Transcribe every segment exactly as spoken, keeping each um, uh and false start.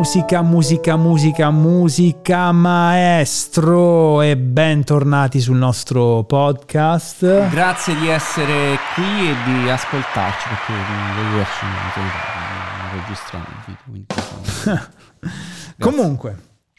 musica, musica, musica, musica, maestro, e bentornati sul nostro podcast. Grazie di essere qui e di ascoltarci, perché vederci non registriamo il video. Quindi... Comunque,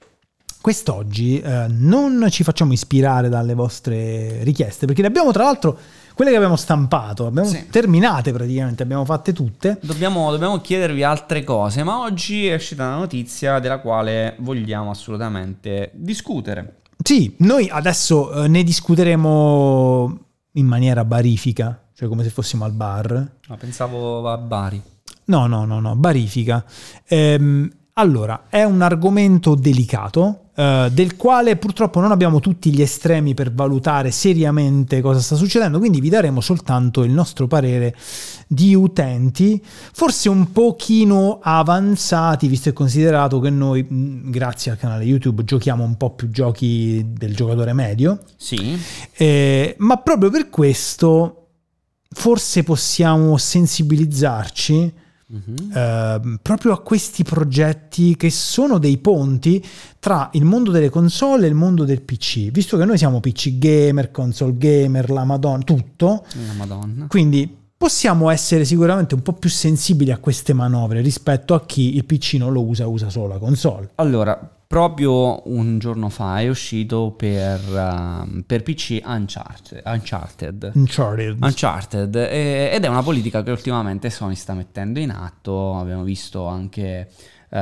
quest'oggi eh, non ci facciamo ispirare dalle vostre richieste, perché ne abbiamo, tra l'altro, quelle che abbiamo stampato, abbiamo sì. terminate praticamente, abbiamo fatte tutte. Dobbiamo, dobbiamo chiedervi altre cose, ma oggi è uscita una notizia della quale vogliamo assolutamente discutere. Sì, noi adesso eh, ne discuteremo in maniera barifica, cioè come se fossimo al bar. No, pensavo a Bari. No, no, no, no, barifica. Ehm, allora, è un argomento delicato, Uh, del quale purtroppo non abbiamo tutti gli estremi per valutare seriamente cosa sta succedendo, quindi vi daremo soltanto il nostro parere di utenti, forse un pochino avanzati, visto e considerato che noi, mh, grazie al canale YouTube, giochiamo un po' più giochi del giocatore medio. Sì. Eh, ma proprio per questo forse possiamo sensibilizzarci Uh-huh. Uh, proprio a questi progetti che sono dei ponti tra il mondo delle console e il mondo del P C, visto che noi siamo P C gamer, console gamer, la Madonna, tutto, la Madonna. Quindi possiamo essere sicuramente un po' più sensibili a queste manovre rispetto a chi il P C non lo usa, usa solo la console. Allora, proprio un giorno fa è uscito per, uh, per P C Uncharted Uncharted, Uncharted. Uncharted eh, ed è una politica che ultimamente Sony sta mettendo in atto. Abbiamo visto anche uh,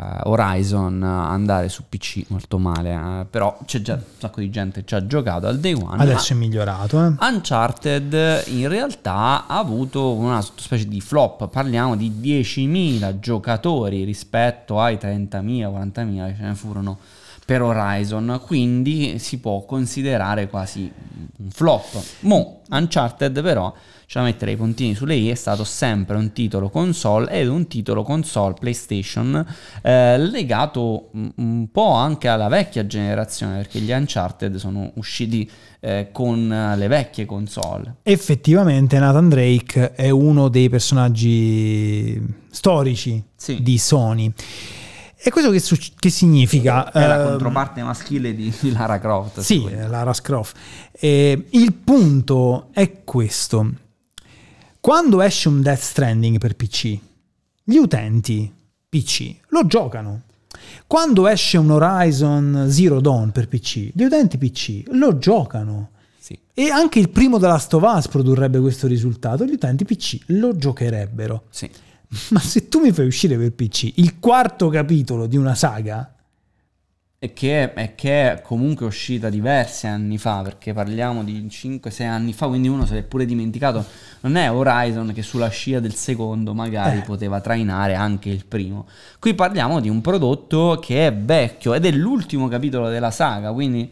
Horizon andare su P C molto male, uh, però c'è già un sacco di gente che ci ha giocato al day one. Adesso è migliorato. eh? Uncharted in realtà ha avuto una specie di flop, parliamo di diecimila giocatori rispetto ai trentamila, quarantamila che ce ne furono per Horizon, quindi si può considerare quasi un flop. Mo Uncharted però, cioè mettere i puntini sulle i, è stato sempre un titolo console ed un titolo console PlayStation eh, legato un po' anche alla vecchia generazione, perché gli Uncharted sono usciti eh, con le vecchie console. Effettivamente Nathan Drake è uno dei personaggi storici sì. di Sony. E questo che, su- che significa? È la controparte maschile di, di Lara Croft. Sì, Lara Croft. Eh, il punto è questo. Quando esce un Death Stranding per P C, gli utenti P C lo giocano. Quando esce un Horizon Zero Dawn per P C, gli utenti P C lo giocano. Sì. E anche il primo The Last of Us produrrebbe questo risultato. Gli utenti P C lo giocherebbero. Sì. Ma se tu mi fai uscire per P C il quarto capitolo di una saga, e che è, che è comunque uscita diversi anni fa, perché parliamo di cinque sei anni fa, quindi uno se l'è pure dimenticato. Non è Horizon che sulla scia del secondo magari eh. poteva trainare anche il primo. Qui parliamo di un prodotto che è vecchio ed è l'ultimo capitolo della saga, quindi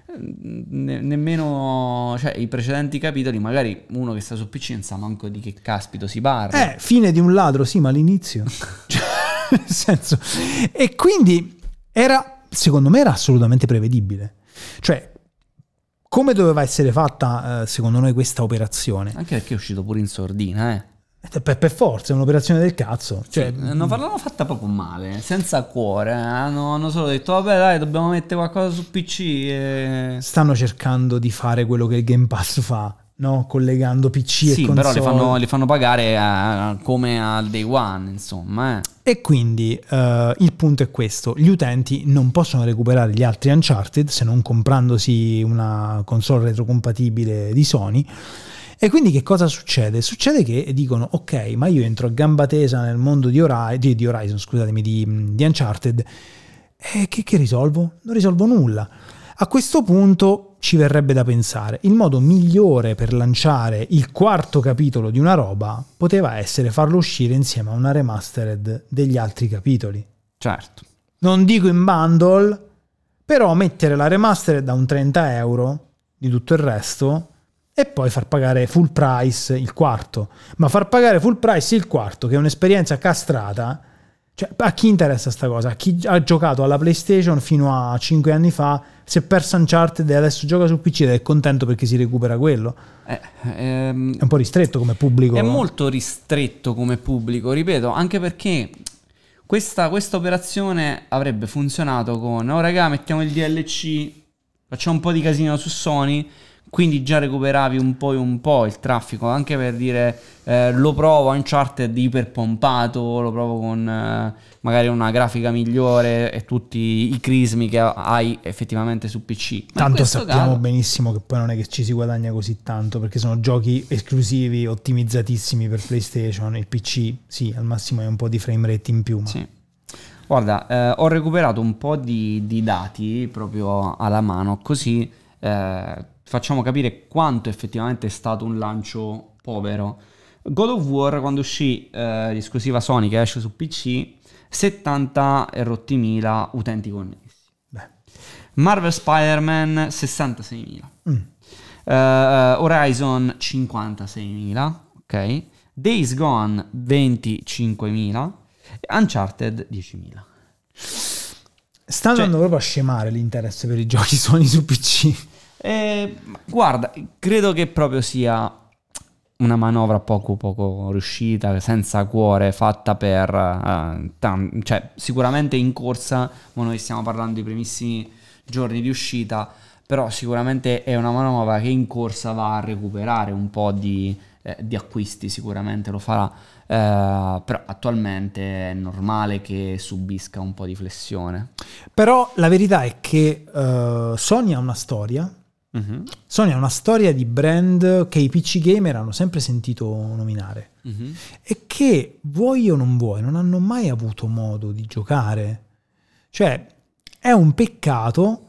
Ne- nemmeno, cioè, i precedenti capitoli magari uno che sta su P C non sa manco di che caspito si parla. Eh, fine di un ladro, sì, ma all'inizio cioè, nel senso, e quindi era, secondo me era assolutamente prevedibile, cioè come doveva essere fatta eh, secondo noi questa operazione, anche perché è uscito pure in sordina, eh Per, per forza è un'operazione del cazzo, cioè, sì, non l'hanno fatta proprio male, senza cuore, hanno, hanno solo detto vabbè dai, dobbiamo mettere qualcosa su P C e... stanno cercando di fare quello che il Game Pass fa, no? Collegando P C sì, e console. Però li fanno, li fanno pagare a, come al day one, insomma, eh. E quindi uh, il punto è questo: gli utenti non possono recuperare gli altri Uncharted se non comprandosi una console retrocompatibile di Sony. E quindi che cosa succede? Succede che dicono ok, ma io entro a gamba tesa nel mondo di Horizon, di, di, Horizon, scusatemi, di, di Uncharted, e che, che risolvo? Non risolvo nulla. A questo punto ci verrebbe da pensare, il modo migliore per lanciare il quarto capitolo di una roba poteva essere farlo uscire insieme a una remastered degli altri capitoli. Certo. Non dico in bundle, però mettere la remastered da un trenta euro di tutto il resto... e poi far pagare full price il quarto, ma far pagare full price il quarto, che è un'esperienza castrata, cioè a chi interessa sta cosa? A chi ha giocato alla PlayStation fino a cinque anni fa, si è perso Uncharted e adesso gioca su P C ed è contento perché si recupera quello. Eh, ehm, è un po' ristretto come pubblico. È molto ristretto come pubblico, ripeto, anche perché questa, questa operazione avrebbe funzionato con, oh raga, mettiamo il D L C, facciamo un po' di casino su Sony, quindi già recuperavi un po' e un po' il traffico, anche per dire eh, lo provo Uncharted iperpompato, lo provo con eh, magari una grafica migliore e tutti i crismi che hai effettivamente su P C. Ma tanto sappiamo caso... benissimo che poi non è che ci si guadagna così tanto, perché sono giochi esclusivi ottimizzatissimi per PlayStation. Il P C sì, al massimo è un po' di frame rate in più, ma... Sì. Guarda, eh, ho recuperato un po' di, di dati proprio alla mano, così eh, facciamo capire quanto effettivamente è stato un lancio povero. God of War, quando uscì eh, l'esclusiva Sony che esce su P C, settanta e rotti mila utenti connessi. Beh. Marvel Spider-Man sessantaseimila. Mm. Uh, Horizon cinquantaseimila, ok. Days Gone venticinquemila. Uncharted diecimila. Sta andando cioè, proprio a scemare l'interesse per i giochi Sony su P C. Eh, guarda, credo che proprio sia una manovra poco poco riuscita, senza cuore, fatta per uh, tam- cioè sicuramente in corsa, ma noi stiamo parlando dei primissimi giorni di uscita, però sicuramente è una manovra che in corsa va a recuperare un po' di, eh, di acquisti, sicuramente lo farà, eh, però attualmente è normale che subisca un po' di flessione. Però la verità è che uh, Sony ha una storia. Uh-huh. Sony ha una storia di brand che i P C gamer hanno sempre sentito nominare, uh-huh. e che, vuoi o non vuoi, non hanno mai avuto modo di giocare. Cioè è un peccato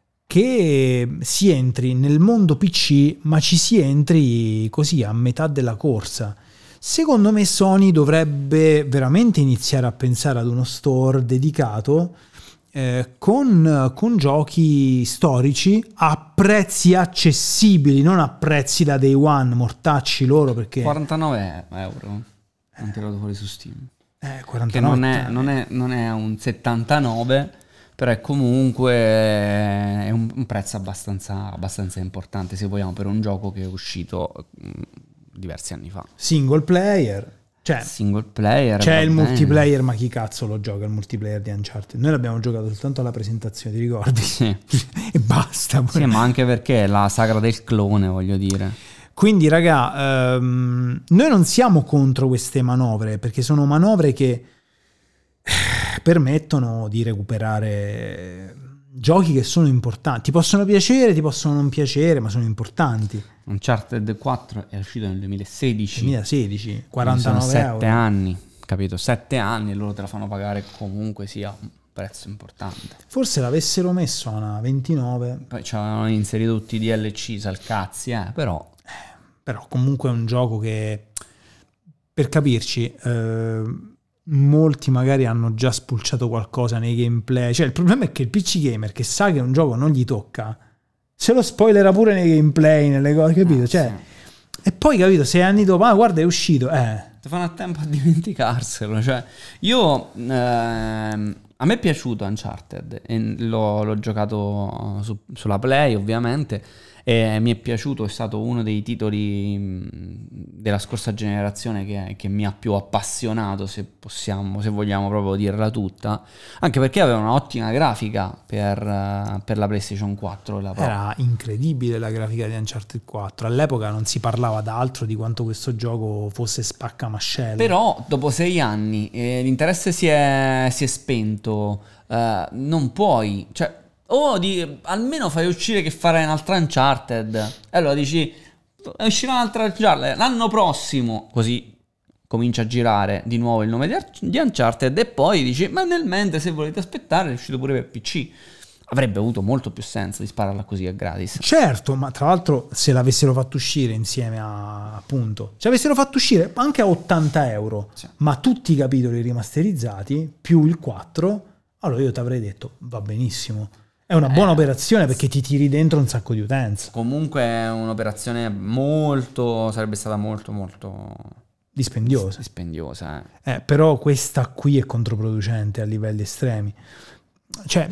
che si entri nel mondo P C ma ci si entri così a metà della corsa. Secondo me Sony dovrebbe veramente iniziare a pensare ad uno store dedicato Eh, con, con giochi storici a prezzi accessibili, non a prezzi da day one, mortacci loro, perché quarantanove euro hanno tirato fuori su Steam, eh, quarantanove, che non è, non, è, non è un settantanove, però è comunque è un, un prezzo abbastanza, abbastanza importante, se vogliamo, per un gioco che è uscito mh, diversi anni fa. Single player, cioè, single player, c'è il bene. multiplayer, ma chi cazzo lo gioca il multiplayer di Uncharted? Noi l'abbiamo giocato soltanto alla presentazione, ti ricordi? Sì. E basta. Sì, ma anche perché è la sagra del clone, voglio dire. Quindi raga, ehm, noi non siamo contro queste manovre, perché sono manovre che permettono di recuperare giochi che sono importanti. Ti possono piacere, ti possono non piacere, ma sono importanti. Uncharted quattro è uscito nel duemilasedici. duemilasedici, quarantanove sono sette euro. anni, capito? sette anni e loro te la fanno pagare comunque sia un prezzo importante. Forse l'avessero messo a una ventinove. Poi ci avevano inserito tutti i D L C, salcazzi, eh, però... Però comunque è un gioco che, per capirci, eh, molti magari hanno già spulciato qualcosa nei gameplay. Cioè il problema è che il P C gamer che sa che un gioco non gli tocca, se lo spoilera pure nei gameplay, nelle cose, capito? Ah, cioè, sì. E poi, capito, sei anni dopo, ah guarda è uscito, eh. Ti fanno a tempo a dimenticarselo. Cioè, io... Ehm, a me è piaciuto Uncharted, e l'ho, l'ho giocato su, sulla Play ovviamente, e mi è piaciuto, è stato uno dei titoli della scorsa generazione che, che mi ha più appassionato, se possiamo, se vogliamo proprio dirla tutta, anche perché aveva un'ottima grafica per, per la PlayStation quattro. La Era incredibile la grafica di Uncharted quattro, all'epoca non si parlava d'altro di quanto questo gioco fosse spaccamascelle. Però dopo sei anni eh, l'interesse si è, si è spento, eh, non puoi, cioè o di, almeno fai uscire che farai un'altra Uncharted, e allora dici uscirà un'altra Uncharted l'anno prossimo, così comincia a girare di nuovo il nome di, Ar- di Uncharted, e poi dici ma nel mentre, se volete aspettare, è uscito pure per P C. Avrebbe avuto molto più senso di spararla così a gratis. Certo, ma tra l'altro se l'avessero fatto uscire insieme a, appunto, se avessero fatto uscire anche a ottanta euro, sì, ma tutti i capitoli rimasterizzati più il quattro, allora io ti avrei detto va benissimo. È una buona eh, operazione perché ti tiri dentro un sacco di utenza. Comunque è un'operazione molto, sarebbe stata molto molto dispendiosa. Dispendiosa, eh. Eh, però questa qui è controproducente a livelli estremi. Cioè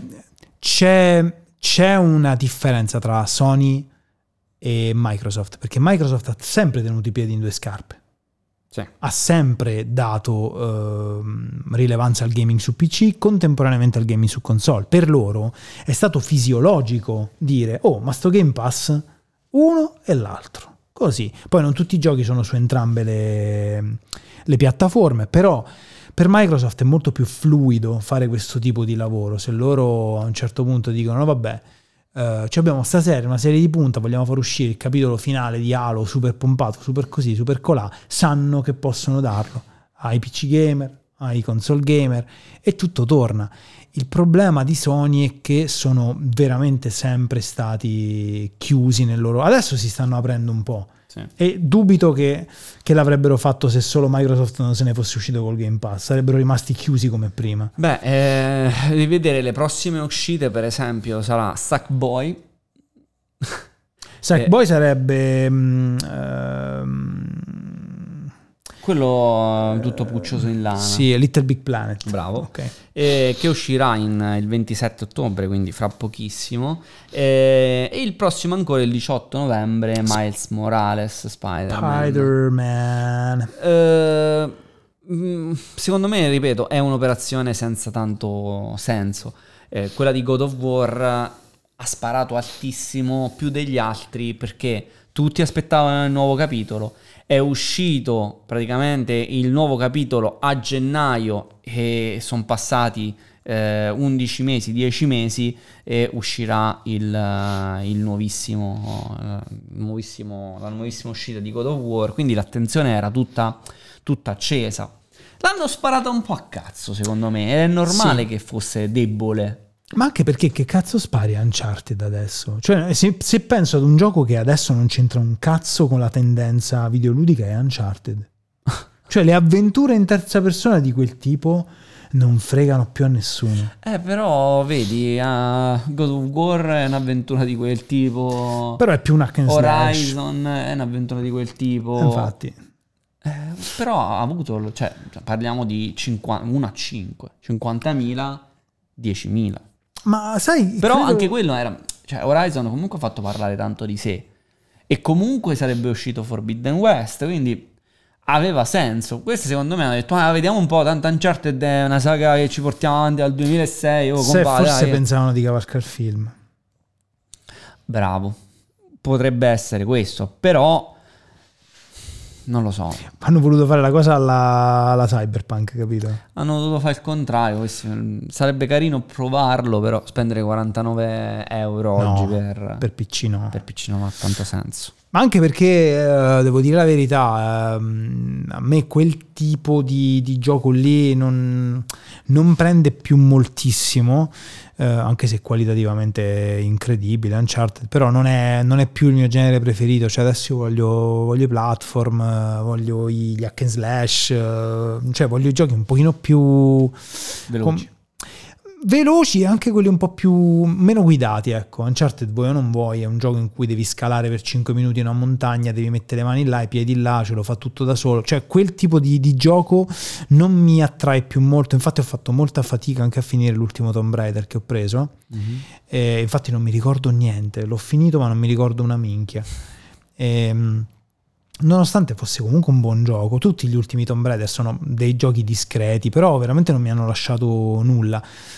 c'è, c'è una differenza tra Sony e Microsoft, perché Microsoft ha sempre tenuto i piedi in due scarpe. Sì. Ha sempre dato eh, rilevanza al gaming su P C, contemporaneamente al gaming su console. Per loro è stato fisiologico dire, oh, ma sto Game Pass, uno e l'altro. Così. Poi non tutti i giochi sono su entrambe le, le piattaforme, però per Microsoft è molto più fluido fare questo tipo di lavoro. Se loro a un certo punto dicono, no vabbè, Uh, abbiamo stasera una serie di punta, vogliamo far uscire il capitolo finale di Halo super pompato, super così, super colà, sanno che possono darlo ai P C gamer, ai console gamer e tutto torna. Il problema di Sony è che sono veramente sempre stati chiusi nel loro... Adesso si stanno aprendo un po'. Sì. E dubito che, che l'avrebbero fatto se solo Microsoft non se ne fosse uscito col Game Pass, sarebbero rimasti chiusi come prima. Beh, eh, devi vedere le prossime uscite, per esempio sarà Sackboy. Sackboy eh, sarebbe mh, ehm, quello tutto puccioso in lana. Sì, Little Big Planet. Bravo. Okay. Eh, che uscirà in, il ventisette ottobre, quindi fra pochissimo. Eh, e il prossimo ancora il diciotto novembre Miles Morales Spider-Man. Spider-Man. Eh, secondo me, ripeto, è un'operazione senza tanto senso. Eh, quella di God of War ha sparato altissimo, più degli altri, perché tutti aspettavano il nuovo capitolo. È uscito praticamente il nuovo capitolo a gennaio e sono passati eh, undici mesi, dieci mesi e uscirà il, uh, il nuovissimo, uh, nuovissimo, la nuovissima uscita di God of War, quindi l'attenzione era tutta, tutta accesa. L'hanno sparata un po' a cazzo, secondo me, è normale sì. che fosse debole. Ma anche perché che cazzo spari a Uncharted adesso? Cioè, se, se penso ad un gioco che adesso non c'entra un cazzo con la tendenza videoludica è Uncharted. Cioè, le avventure in terza persona di quel tipo non fregano più a nessuno. Eh, però, vedi, uh, God of War è un'avventura di quel tipo. Però è più un hack and slash. Horizon è un'avventura di quel tipo. Infatti. Eh, però ha avuto, cioè, parliamo di cinquanta, uno a cinque, cinquantamila, diecimila. Ma sai, però credo... anche quello era, cioè Horizon comunque ha fatto parlare tanto di sé e comunque sarebbe uscito Forbidden West, quindi aveva senso. Questo secondo me hanno detto ah, vediamo un po', tanto Uncharted è una saga che ci portiamo avanti dal duemilasei, oh, se compare, forse dai. Pensavano di cavalcare il film. Bravo, potrebbe essere questo, però non lo so. Hanno voluto fare la cosa alla, alla Cyberpunk, capito? Hanno dovuto fare il contrario. Sarebbe carino provarlo, però spendere quarantanove euro no, oggi per, per P C no. Per P C non ha tanto senso. Ma anche perché, eh, devo dire la verità, eh, a me quel tipo di, di gioco lì non, non prende più moltissimo, eh, anche se qualitativamente è incredibile Uncharted, però non è, non è più il mio genere preferito. Cioè adesso io voglio, voglio i platform, eh, voglio gli hack and slash, eh, cioè voglio i giochi un pochino più veloci. Com- veloci e anche quelli un po' più meno guidati, ecco. Uncharted, vuoi o non vuoi, è un gioco in cui devi scalare per cinque minuti una montagna, devi mettere le mani là, i piedi là, ce lo fa tutto da solo. Cioè quel tipo di, di gioco non mi attrae più molto. Infatti ho fatto molta fatica anche a finire l'ultimo Tomb Raider che ho preso. Mm-hmm. E infatti non mi ricordo niente, l'ho finito ma non mi ricordo una minchia. E, nonostante fosse comunque un buon gioco, tutti gli ultimi Tomb Raider sono dei giochi discreti, però veramente non mi hanno lasciato nulla,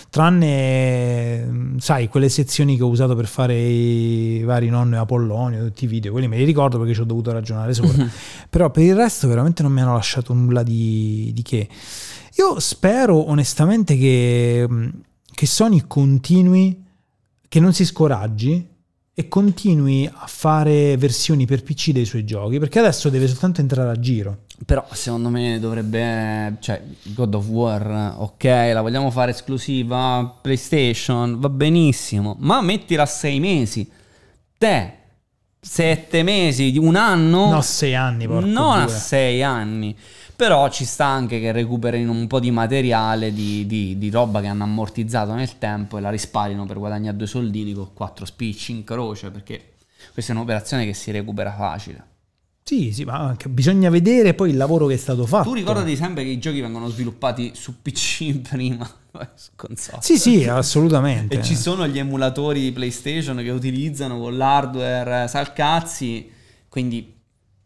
tranne, sai, quelle sezioni che ho usato per fare i vari Nonno e Apollonio, tutti i video, quelli me li ricordo perché ci ho dovuto ragionare sopra. Però per il resto veramente non mi hanno lasciato nulla di, di che. Io spero onestamente che, che Sony continui, che non si scoraggi e continui a fare versioni per P C dei suoi giochi, perché adesso deve soltanto entrare a giro. Però secondo me dovrebbe, cioè God of War, ok, la vogliamo fare esclusiva PlayStation, va benissimo, ma mettila a sei mesi, te, sette mesi, un anno, no, sei anni, porco non due. a sei anni. Però ci sta anche che recuperino un po' di materiale, di, di, di roba che hanno ammortizzato nel tempo e la risparino per guadagnare due soldini con quattro spicci in croce, perché questa è un'operazione che si recupera facile. Sì, sì, ma anche bisogna vedere poi il lavoro che è stato fatto. Tu ricordati sempre che i giochi vengono sviluppati su P C prima, su console. Sì, sì, assolutamente. E ci sono gli emulatori PlayStation che utilizzano con l'hardware salcazzi, quindi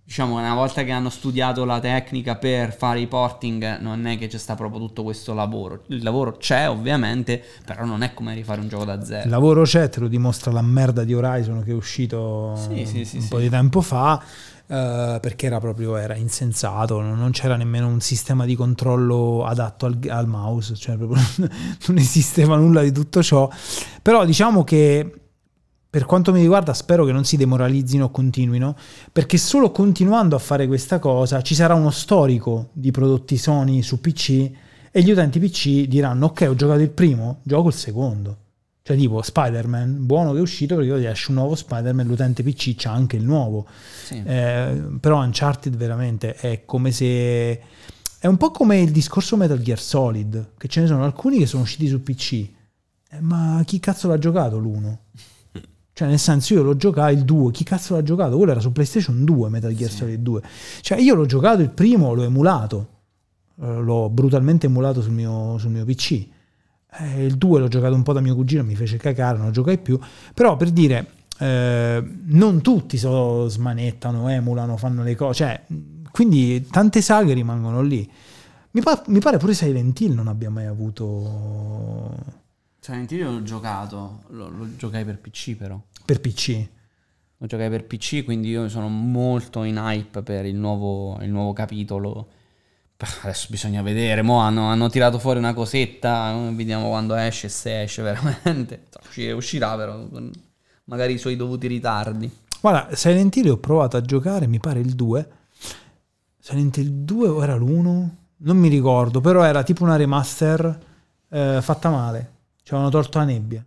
diciamo, una volta che hanno studiato la tecnica per fare i porting, non è che c'è sta proprio tutto questo lavoro. Il lavoro c'è ovviamente, però non è come rifare un gioco da zero. Il lavoro c'è, te lo dimostra la merda di Horizon che è uscito sì, sì, sì, un sì. po' di tempo fa, eh, perché era proprio era insensato, non c'era nemmeno un sistema di controllo adatto al, al mouse, cioè proprio non esisteva nulla di tutto ciò. Però diciamo che per quanto mi riguarda spero che non si demoralizzino o continuino, perché solo continuando a fare questa cosa ci sarà uno storico di prodotti Sony su P C e gli utenti P C diranno ok, ho giocato il primo, gioco il secondo. Cioè tipo Spider-Man, buono che è uscito perché oggi esce un nuovo Spider-Man, l'utente P C c'ha anche il nuovo. Sì. Eh, però Uncharted veramente è come se... è un po' come il discorso Metal Gear Solid, che ce ne sono alcuni che sono usciti su P C. Eh, ma chi cazzo l'ha giocato l'uno? Cioè nel senso io l'ho giocato il due, chi cazzo l'ha giocato? Quello era su PlayStation due, Metal Gear sì. Solid due. Cioè io l'ho giocato il primo, l'ho emulato, l'ho brutalmente emulato sul mio, sul mio P C. Eh, il due l'ho giocato un po' da mio cugino, mi fece cacare, non lo giocai più. Però per dire, eh, non tutti so, smanettano, emulano, fanno le cose. Cioè, quindi tante saghe rimangono lì. Mi, pa- mi pare pure Silent Hill non abbia mai avuto... Silent Hill l'ho giocato, lo, lo giocai per P C però. Per P C? Lo giocai per P C, quindi io sono molto in hype per il nuovo, il nuovo capitolo. Adesso bisogna vedere, mo hanno, hanno tirato fuori una cosetta, vediamo quando esce, se esce veramente. Uscire, uscirà però, con magari i suoi dovuti ritardi. Guarda, Silent Hill ho provato a giocare, mi pare il due. Silent Hill due o era l'uno? Non mi ricordo, però era tipo una remaster eh, fatta male. Ci avevano tolto la nebbia.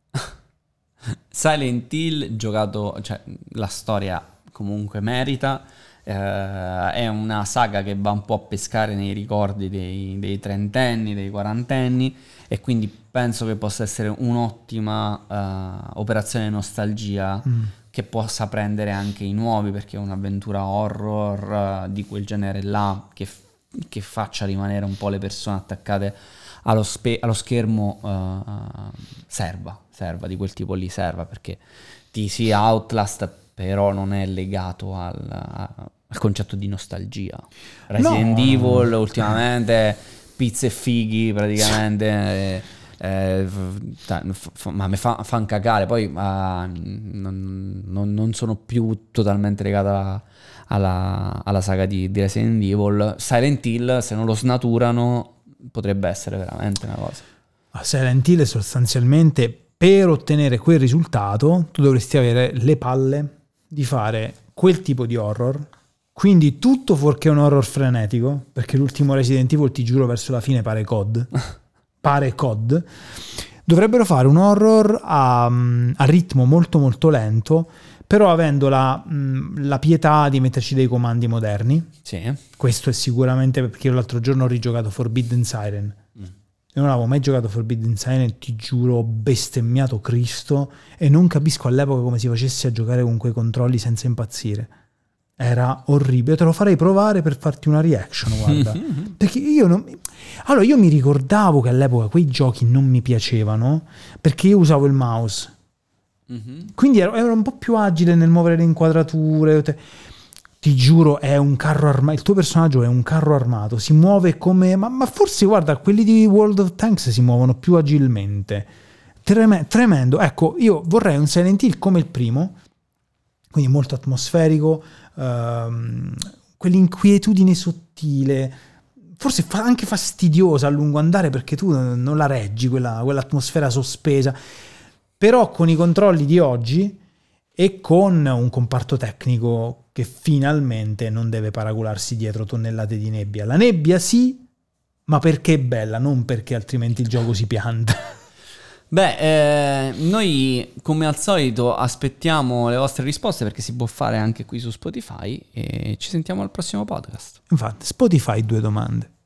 Silent Hill giocato, cioè la storia comunque merita. Uh, è una saga che va un po' a pescare nei ricordi dei, dei trentenni, dei quarantenni, e quindi penso che possa essere un'ottima uh, operazione nostalgia mm. che possa prendere anche i nuovi, perché è un'avventura horror uh, di quel genere là che, che faccia rimanere un po' le persone attaccate allo, spe- allo schermo, uh, serva, serva di quel tipo lì, serva, perché ti sia Outlast però non è legato al, al concetto di nostalgia. Resident no. Evil ultimamente pizze e fighi praticamente eh, eh, f- ma mi fa, fan cagare, poi uh, non, non, non sono più totalmente legata alla, alla saga di, di Resident Evil. Silent Hill, se non lo snaturano, potrebbe essere veramente una cosa. Silent Hill sostanzialmente, per ottenere quel risultato tu dovresti avere le palle di fare quel tipo di horror, quindi tutto fuorché un horror frenetico, perché l'ultimo Resident Evil, ti giuro, verso la fine pare C O D, pare C O D. Dovrebbero fare un horror a, a ritmo molto molto lento, però avendo la, la pietà di metterci dei comandi moderni. Sì. Questo è sicuramente, perché io l'altro giorno ho rigiocato Forbidden Siren. Mm. Io non avevo mai giocato Forbidden Siren, ti giuro, ho bestemmiato Cristo, e non capisco all'epoca come si facesse a giocare con quei controlli senza impazzire. Era orribile. Te lo farei provare per farti una reaction, guarda. Perché io non... Allora, io mi ricordavo che all'epoca quei giochi non mi piacevano perché io usavo il mouse. Mm-hmm. Quindi ero, ero un po' più agile nel muovere le inquadrature. Te... Ti giuro, è un carro armato. Il tuo personaggio è un carro armato, si muove come... Ma, ma forse, guarda, quelli di World of Tanks si muovono più agilmente. Treme... Tremendo. Ecco, io vorrei un Silent Hill come il primo, quindi molto atmosferico, ehm, quell'inquietudine sottile, forse fa anche fastidiosa a lungo andare, perché tu non la reggi, quella, quell'atmosfera sospesa, però con i controlli di oggi e con un comparto tecnico che finalmente non deve paragolarsi dietro tonnellate di nebbia. La nebbia sì, ma perché è bella, non perché altrimenti il gioco si pianta. Beh, eh, noi come al solito aspettiamo le vostre risposte, perché si può fare anche qui su Spotify, e ci sentiamo al prossimo podcast. Infatti, Spotify due domande.